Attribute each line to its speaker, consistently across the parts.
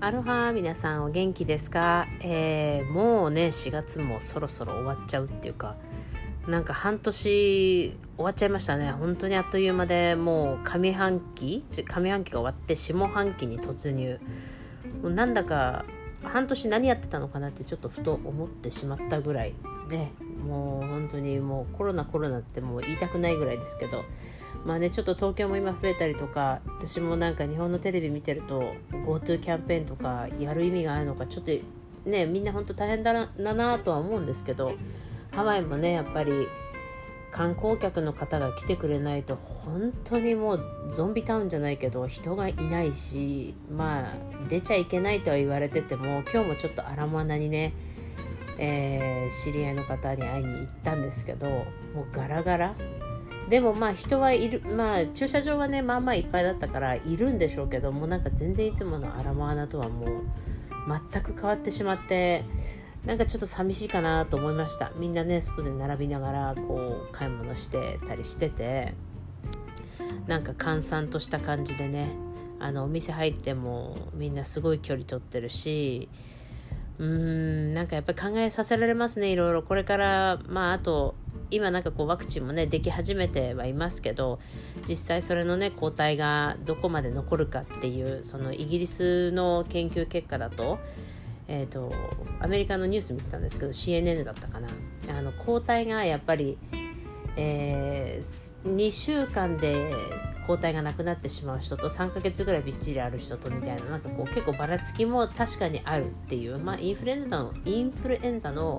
Speaker 1: アロハ、皆さんお元気ですか？もうね4月もそろそろ終わっちゃうっていうか、なんか半年終わっちゃいましたね。本当にあっという間で、もう上半期が終わって下半期に突入。もうなんだか半年何やってたのかなってちょっとふと思ってしまったぐらいね。もう本当にもうコロナってもう言いたくないぐらいですけど、まあね、ちょっと東京も今増えたりとか、私もなんか日本のテレビ見てると GoTo キャンペーンとかやる意味があるのか、ちょっとね、みんな本当大変だなとは思うんですけど、ハワイもねやっぱり観光客の方が来てくれないと本当にもうゾンビタウンじゃないけど人がいないし、まあ出ちゃいけないとは言われてても、今日もちょっとアラモアナにね、知り合いの方に会いに行ったんですけど、もうガラガラでもまあ人はいる、まあ駐車場はねまあまあいっぱいだったからいるんでしょうけども、なんか全然いつものアラモアナとはもう全く変わってしまって、なんかちょっと寂しいかなと思いました。みんなね外で並びながらこう買い物してたりしてて、なんか閑散とした感じでね、お店入ってもみんなすごい距離取ってるし、なんかやっぱり考えさせられますね。いろいろこれからまああと今なんかこうワクチンもねでき始めてはいますけど、実際それのね抗体がどこまで残るかっていう、そのイギリスの研究結果だと、アメリカのニュース見てたんですけど CNN だったかな、抗体がやっぱり、2週間で抗体がなくなってしまう人と3ヶ月ぐらいびっちりある人とみたいな、なんかこう結構ばらつきも確かにあるっていう、まあインフルエンザの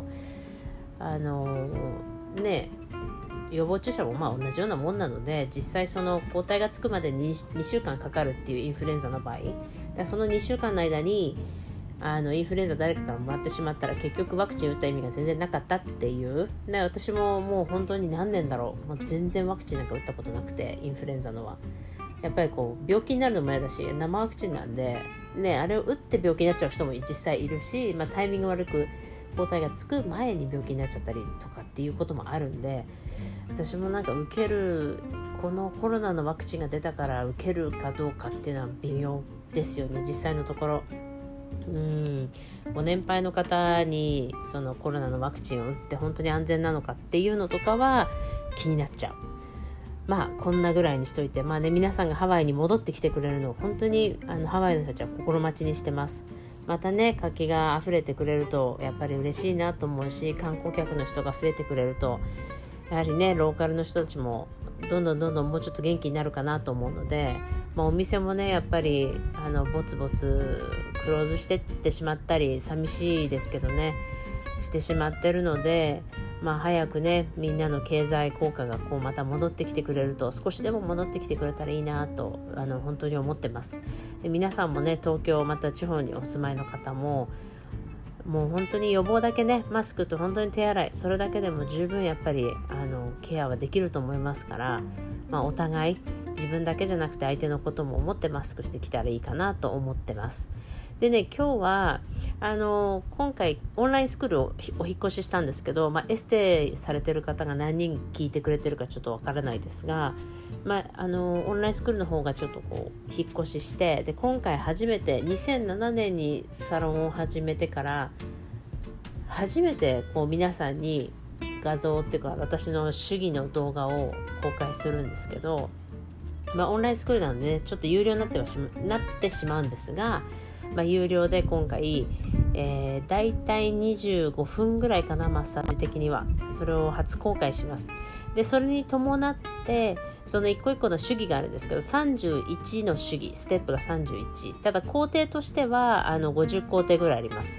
Speaker 1: ね予防注射もまあ同じようなもんなので、実際その抗体がつくまでに 2週間かかるっていうインフルエンザの場合、だその2週間の間にインフルエンザ誰かからもらってしまったら結局ワクチン打った意味が全然なかったっていう。で私ももう本当に何年だろう、もう全然ワクチンなんか打ったことなくて、インフルエンザのはやっぱりこう病気になるのも嫌だし、生ワクチンなんでね、あれを打って病気になっちゃう人も実際いるし、まあ、タイミング悪く抗体がつく前に病気になっちゃったりとかっていうこともあるんで、私もなんか受ける、このコロナのワクチンが出たから受けるかどうかっていうのは微妙ですよね、実際のところ。ご年配の方にそのコロナのワクチンを打って本当に安全なのかっていうのとかは気になっちゃう。まあこんなぐらいにしといて、まあね、皆さんがハワイに戻ってきてくれるのを本当にハワイの人たちは心待ちにしてます。またね活気が溢れてくれるとやっぱり嬉しいなと思うし、観光客の人が増えてくれるとやはりねローカルの人たちもどんどんもうちょっと元気になるかなと思うので、まあ、お店もねやっぱりぼつぼつクローズしてってしまったり寂しいですけどねしてしまってるので、まあ早くねみんなの経済効果がこうまた戻ってきてくれると、少しでも戻ってきてくれたらいいなと本当に思ってます。で皆さんもね東京また地方にお住まいの方ももう本当に予防だけね、マスクと本当に手洗い、それだけでも十分やっぱりケアはできると思いますから、まあ、お互い自分だけじゃなくて相手のことも思ってマスクしてきたらいいかなと思ってます。でね、今日は今回オンラインスクールをお引越ししたんですけど、まあ、エステされてる方が何人聞いてくれてるかちょっとわからないですが、まあ、オンラインスクールの方がちょっとこう引っ越しして、で今回初めて2007年にサロンを始めてから初めてこう皆さんに画像っていうか私の手技の動画を公開するんですけど、まあ、オンラインスクールなので、ね、ちょっと有料になってしまうんですが、まあ、有料で今回、だいたい25分ぐらいかな、マッサージ的にはそれを初公開します。でそれに伴ってその一個一個の手技があるんですけど、31の手技ステップが31、ただ工程としては50工程ぐらいあります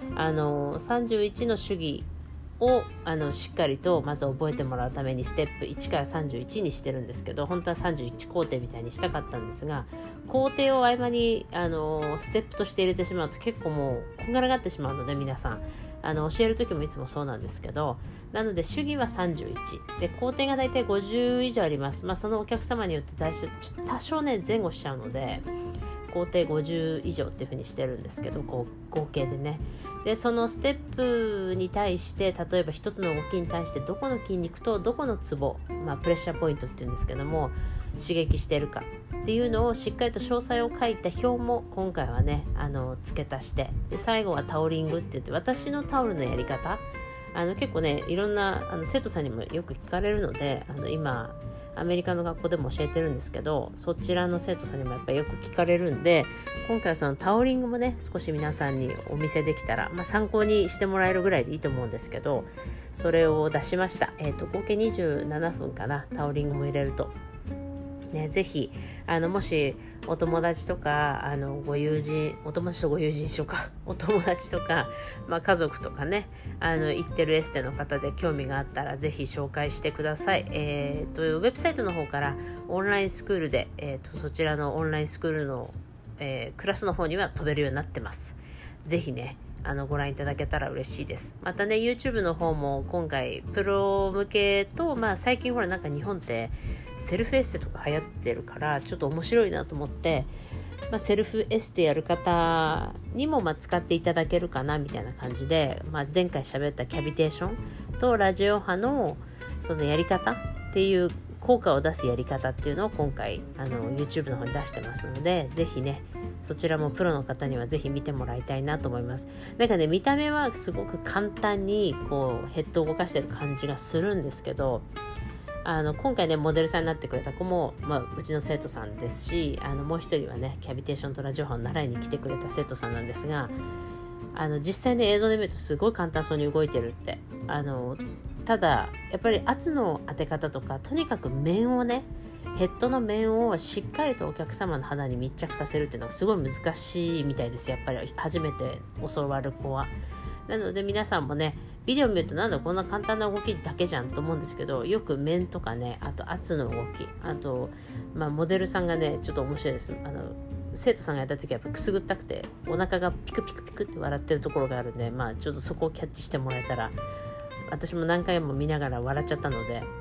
Speaker 1: 。31の手技をしっかりとまず覚えてもらうためにステップ1から31にしてるんですけど、本当は31工程みたいにしたかったんですが、工程を合間にステップとして入れてしまうと結構もうこんがらがってしまうので、皆さん教える時もいつもそうなんですけど、なので手技は31で工程がだいたい50以上あります。まあ、そのお客様によって多少ね前後しちゃうので、 工程50以上っていう風にしてるんですけど、合計でね。でそのステップに対して、例えば一つの動きに対してどこの筋肉とどこのツボ、プレッシャーポイントっていうんですけども、刺激しているかっていうのをしっかりと詳細を書いた表も今回はね付け足して、で最後はタオリングって言って、私のタオルのやり方結構ねいろんな生徒さんにもよく聞かれるので、今アメリカの学校でも教えてるんですけど、そちらの生徒さんにもやっぱりよく聞かれるんで、今回はそのタオリングもね少し皆さんにお見せできたら、参考にしてもらえるぐらいでいいと思うんですけど、それを出しました。合計27分かな、タオリングも入れるとね。ぜひもしお友達とかご友人、お友達とご友人しようか、お友達とか、家族とかね行ってるエステの方で興味があったらぜひ紹介してください。ウェブサイトの方からオンラインスクールで、そちらのオンラインスクールの、クラスの方には飛べるようになってます。ぜひねご覧いただけたら嬉しいです。またね YouTube の方も今回プロ向けと、最近ほらなんか日本ってセルフエステとか流行ってるからちょっと面白いなと思って、セルフエステやる方にも使っていただけるかなみたいな感じで、前回喋ったキャビテーションとラジオ波のそのやり方っていう効果を出すやり方っていうのを今回YouTube の方に出してますので、ぜひねそちらもプロの方にはぜひ見てもらいたいなと思います。なんかね見た目はすごく簡単にこうヘッドを動かしてる感じがするんですけど、今回ねモデルさんになってくれた子も、うちの生徒さんですし、もう一人はねキャビテーションとラジオ波を習いに来てくれた生徒さんなんですが、実際ね映像で見るとすごい簡単そうに動いてるって。ただやっぱり圧の当て方とか、とにかく面をねヘッドの面をしっかりとお客様の肌に密着させるっていうのがすごい難しいみたいです。やっぱり初めて教わる子は。なので皆さんもねビデオ見るとなんだこんな簡単な動きだけじゃんと思うんですけど、よく面とかね、あと圧の動き、あと、モデルさんがねちょっと面白いです。生徒さんがやった時はやっぱくすぐったくてお腹がピクピクピクって笑ってるところがあるんで、ちょっとそこをキャッチしてもらえたら、私も何回も見ながら笑っちゃったの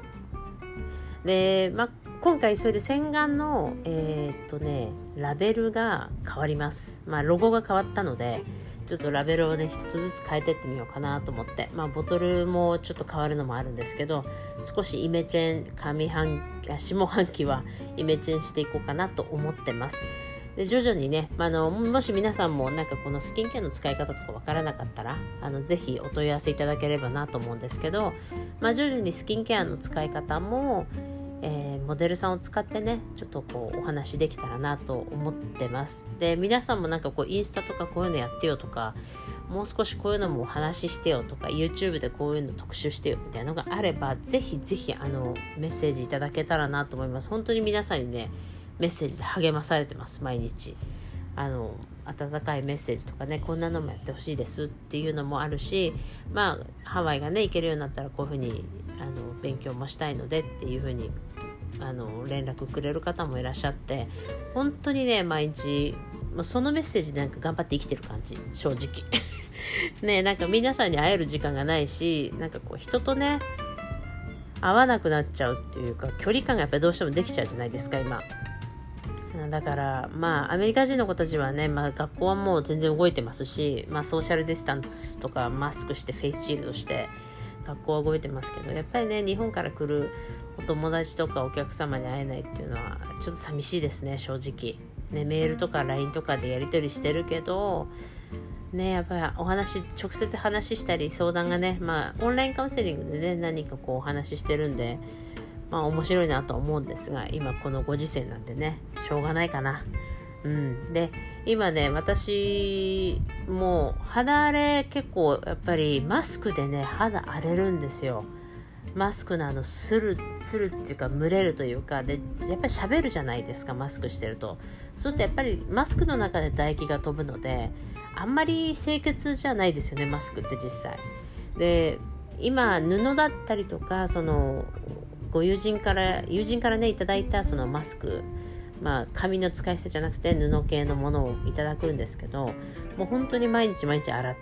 Speaker 1: で、今回それで洗顔のラベルが変わります。ロゴが変わったのでちょっとラベルをね一つずつ変えてってみようかなと思って、ボトルもちょっと変わるのもあるんですけど、少しイメチェン下半期はイメチェンしていこうかなと思ってます。で徐々にね、もし皆さんもなんかこのスキンケアの使い方とかわからなかったらぜひお問い合わせいただければなと思うんですけど、徐々にスキンケアの使い方もモデルさんを使ってねちょっとこうお話できたらなと思ってます。で皆さんもなんかこうインスタとかこういうのやってよとか、もう少しこういうのもお話ししてよとか YouTube でこういうの特集してよみたいなのがあれば、ぜひぜひメッセージいただけたらなと思います。本当に皆さんにねメッセージで励まされてます。毎日温かいメッセージとかね、こんなのもやってほしいですっていうのもあるし、ハワイがね行けるようになったらこういうふうに勉強もしたいのでっていうふうに連絡くれる方もいらっしゃって、本当にね毎日そのメッセージでなんか頑張って生きてる感じ、正直ね、なんか皆さんに会える時間がないし、なんかこう人とね会わなくなっちゃうっていうか、距離感がやっぱりどうしてもできちゃうじゃないですか今。だからアメリカ人の子たちはね、学校はもう全然動いてますし、ソーシャルディスタンスとかマスクしてフェイスシールドして学校は動いてますけど、やっぱりね日本から来るお友達とかお客様に会えないっていうのはちょっと寂しいですね、正直ね。メールとか LINE とかでやり取りしてるけどね、やっぱり直接話したり相談がね、オンラインカウンセリングでね何かこうお話ししてるんで、面白いなと思うんですが、今このご時世なんでねしょうがないかな。で今ね私もう肌荒れ結構やっぱりマスクでね肌荒れるんですよ。マスクのするっていうか蒸れるというかで、やっぱり喋るじゃないですかマスクしてると。そうするとやっぱりマスクの中で唾液が飛ぶのであんまり清潔じゃないですよねマスクって実際で。今布だったりとか友人からねいただいたそのマスク、紙の使い捨てじゃなくて布系のものをいただくんですけど、もう本当に毎日洗って、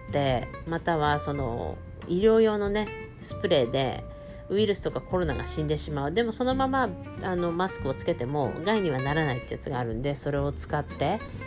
Speaker 1: または医療用のねスプレーでウイルスとかコロナが死んでしまう、でもそのままマスクをつけても害にはならないってやつがあるんで、それを使って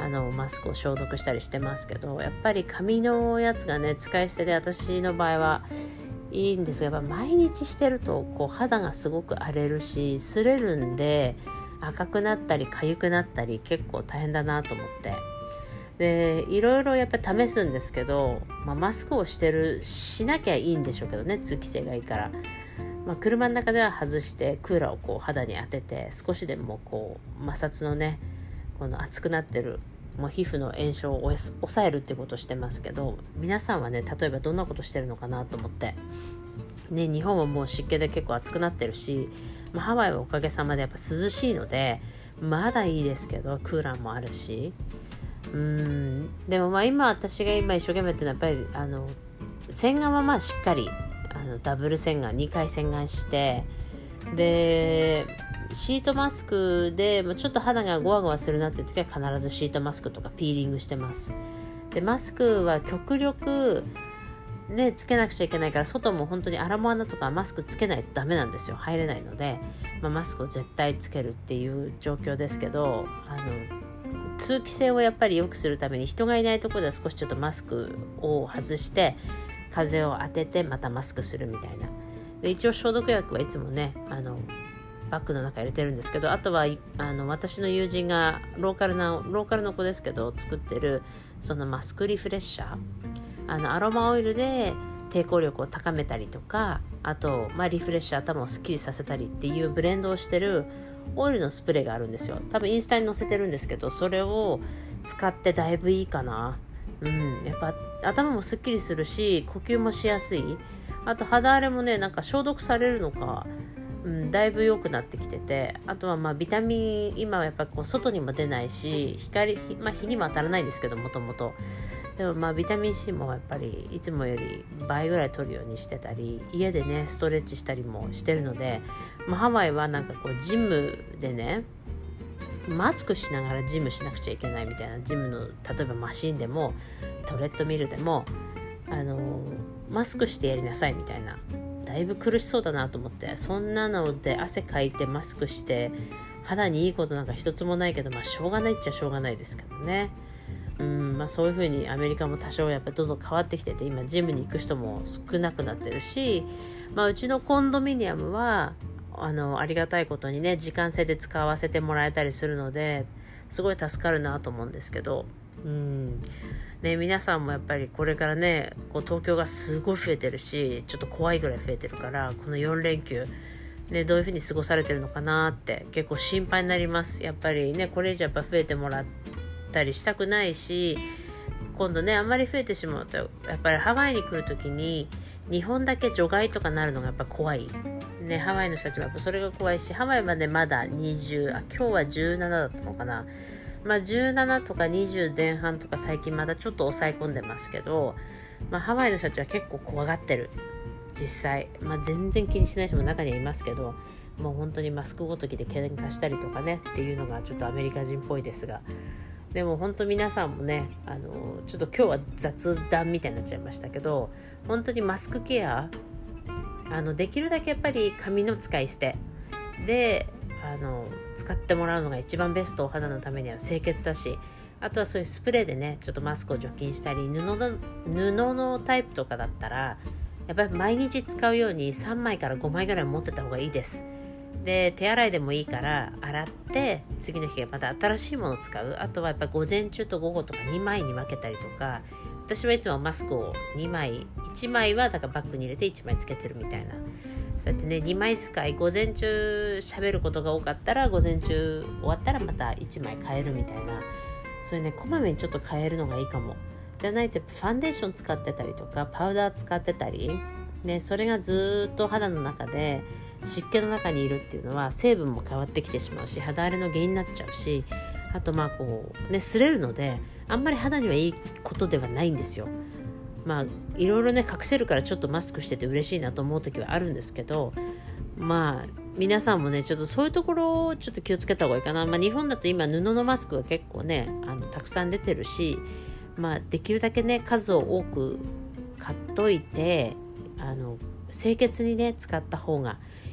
Speaker 1: マスクを消毒したりしてますけど、やっぱり紙のやつがね使い捨てで私の場合はいいんですが、やっぱ毎日してると肌がすごく荒れるし擦れるんで、赤くなったり痒くなったり結構大変だなと思って、でいろいろやっぱり試すんですけど、マスクをしなきゃいいんでしょうけどね、通気性がいいから、車の中では外してクーラーを肌に当てて少しでも摩擦のねこの熱くなってる皮膚の炎症を抑えるってことをしてますけど、皆さんはね例えばどんなことしてるのかなと思ってね。日本はもう湿気で結構暑くなってるし、ハワイはおかげさまでやっぱ涼しいのでまだいいですけど、クーラーもあるし、でも今私が一生懸命やってるのはやっぱり洗顔はしっかりダブル洗顔2回洗顔して、でシートマスクでちょっと肌がゴワゴワするなっていう時は必ずシートマスクとかピーリングしてます。でマスクは極力ねつけなくちゃいけないから、外も本当にアラモアナとかマスクつけないとダメなんですよ、入れないので、マスクを絶対つけるっていう状況ですけど、通気性をやっぱり良くするために人がいないところでは少しちょっとマスクを外して風を当ててまたマスクするみたいな。で一応消毒薬はいつもねバッグの中入れてるんですけど、あとは私の友人がローカルの子ですけど作ってるそのマスクリフレッシャー、アロマオイルで抵抗力を高めたりとか、あと、リフレッシュ頭をスッキリさせたりっていうブレンドをしてるオイルのスプレーがあるんですよ。多分インスタに載せてるんですけど、それを使ってだいぶいいかな。やっぱ頭もスッキリするし呼吸もしやすい。あと肌荒れもね消毒されるのか、だいぶ良くなってきてて、あとはビタミン今はやっぱ外にも出ないし日にも当たらないんですけど、もともとでもビタミン C もやっぱりいつもより倍ぐらい取るようにしてたり、家でねストレッチしたりもしてるので、ハワイはジムでねマスクしながらジムしなくちゃいけないみたいな、ジムの例えばマシンでもトレッドミルでもマスクしてやりなさいみたいな、だいぶ苦しそうだなと思って、そんなので汗かいてマスクして肌にいいことなんか一つもないけど、しょうがないっちゃしょうがないですけどね。そういう風にアメリカも多少やっぱりどんどん変わってきてて、今ジムに行く人も少なくなってるし、うちのコンドミニアムはありがたいことにね時間制で使わせてもらえたりするのですごい助かるなと思うんですけど、皆さんもやっぱりこれからね東京がすごい増えてるし、ちょっと怖いぐらい増えてるから、この4連休ねどういう風に過ごされてるのかなって結構心配になります。やっぱりねこれ以上やっぱ増えてもらったりしたくないし、今度ねあんまり増えてしまうとやっぱりハワイに来るときに日本だけ除外とかなるのがやっぱ怖いね。ハワイの人たちもやっぱそれが怖いし、ハワイはねまだ20、今日は17だったのかな、17とか20前半とか最近まだちょっと抑え込んでますけど、ハワイの人たちは結構怖がってる実際、全然気にしない人も中にはいますけど、もう本当にマスクごときで喧嘩したりとかねっていうのがちょっとアメリカ人っぽいですが、でも本当皆さんもねちょっと今日は雑談みたいになっちゃいましたけど、本当にマスクケアできるだけやっぱり紙の使い捨てで使ってもらうのが一番ベスト。お肌のためには清潔だし、あとはそういうスプレーでねちょっとマスクを除菌したり、布のタイプとかだったらやっぱり毎日使うように3枚から5枚ぐらい持ってた方がいいです。で手洗いでもいいから洗って次の日また新しいものを使う。あとはやっぱ午前中と午後とか2枚に分けたりとか、私はいつもマスクを2枚1枚はだからバッグに入れて1枚つけてるみたいな、そうやってね2枚使い、午前中喋ることが多かったら午前中終わったらまた1枚変えるみたいな、そういうねこまめにちょっと変えるのがいいかも。じゃないとファンデーション使ってたりとかパウダー使ってたりね、それがずっと肌の中で湿気の中にいるっていうのは成分も変わってきてしまうし、肌荒れの原因になっちゃうし、あと擦れるのであんまり肌にはいいことではないんですよ。いろいろね隠せるからちょっとマスクしてて嬉しいなと思う時はあるんですけど、皆さんもねちょっとそういうところをちょっと気をつけた方がいいかな。日本だと今布のマスクが結構ねたくさん出てるし、できるだけね数を多く買っといて清潔にね使った方が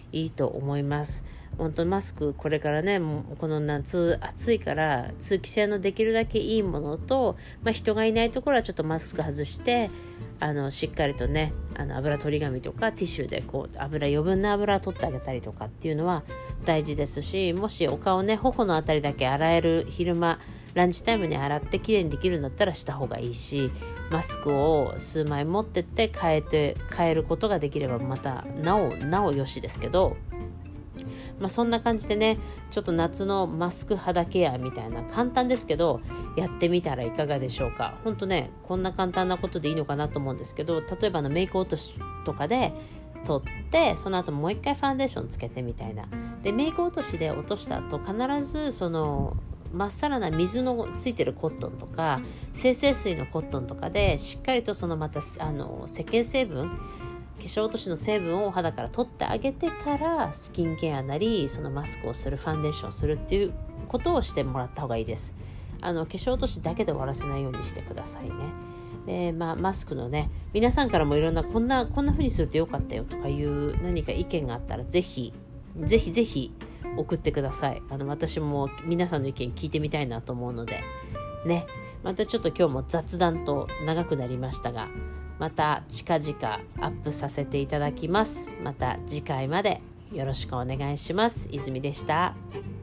Speaker 1: いいと思います。本当マスクこれからね、もうこの夏暑いから通気性のできるだけいいものと、人がいないところはちょっとマスク外してしっかりとね油取り紙とかティッシュで余分な油を取ってあげたりとかっていうのは大事ですし、もしお顔ね頬のあたりだけ洗える、昼間ランチタイムに洗ってきれいにできるんだったらした方がいいし、マスクを数枚持ってって変えることができればまたなおよしですけど、そんな感じでね、ちょっと夏のマスク肌ケアみたいな簡単ですけどやってみたらいかがでしょうか。ほんとね、こんな簡単なことでいいのかなと思うんですけど、例えばメイク落としとかで取ってその後もう一回ファンデーションつけてみたいな。でメイク落としで落とした後必ずまっさらな水のついてるコットンとか精製水のコットンとかでしっかりとまた石鹸成分、化粧落としの成分を肌から取ってあげてからスキンケアなりマスクをする、ファンデーションをするっていうことをしてもらった方がいいです。化粧落としだけで終わらせないようにしてくださいね。でマスクのね、皆さんからもいろんなこんな風にするとよかったよとかいう何か意見があったらぜひ送ってください。私も皆さんの意見聞いてみたいなと思うのでね。またちょっと今日も雑談と長くなりましたが、また近々アップさせていただきます。また次回までよろしくお願いします。泉でした。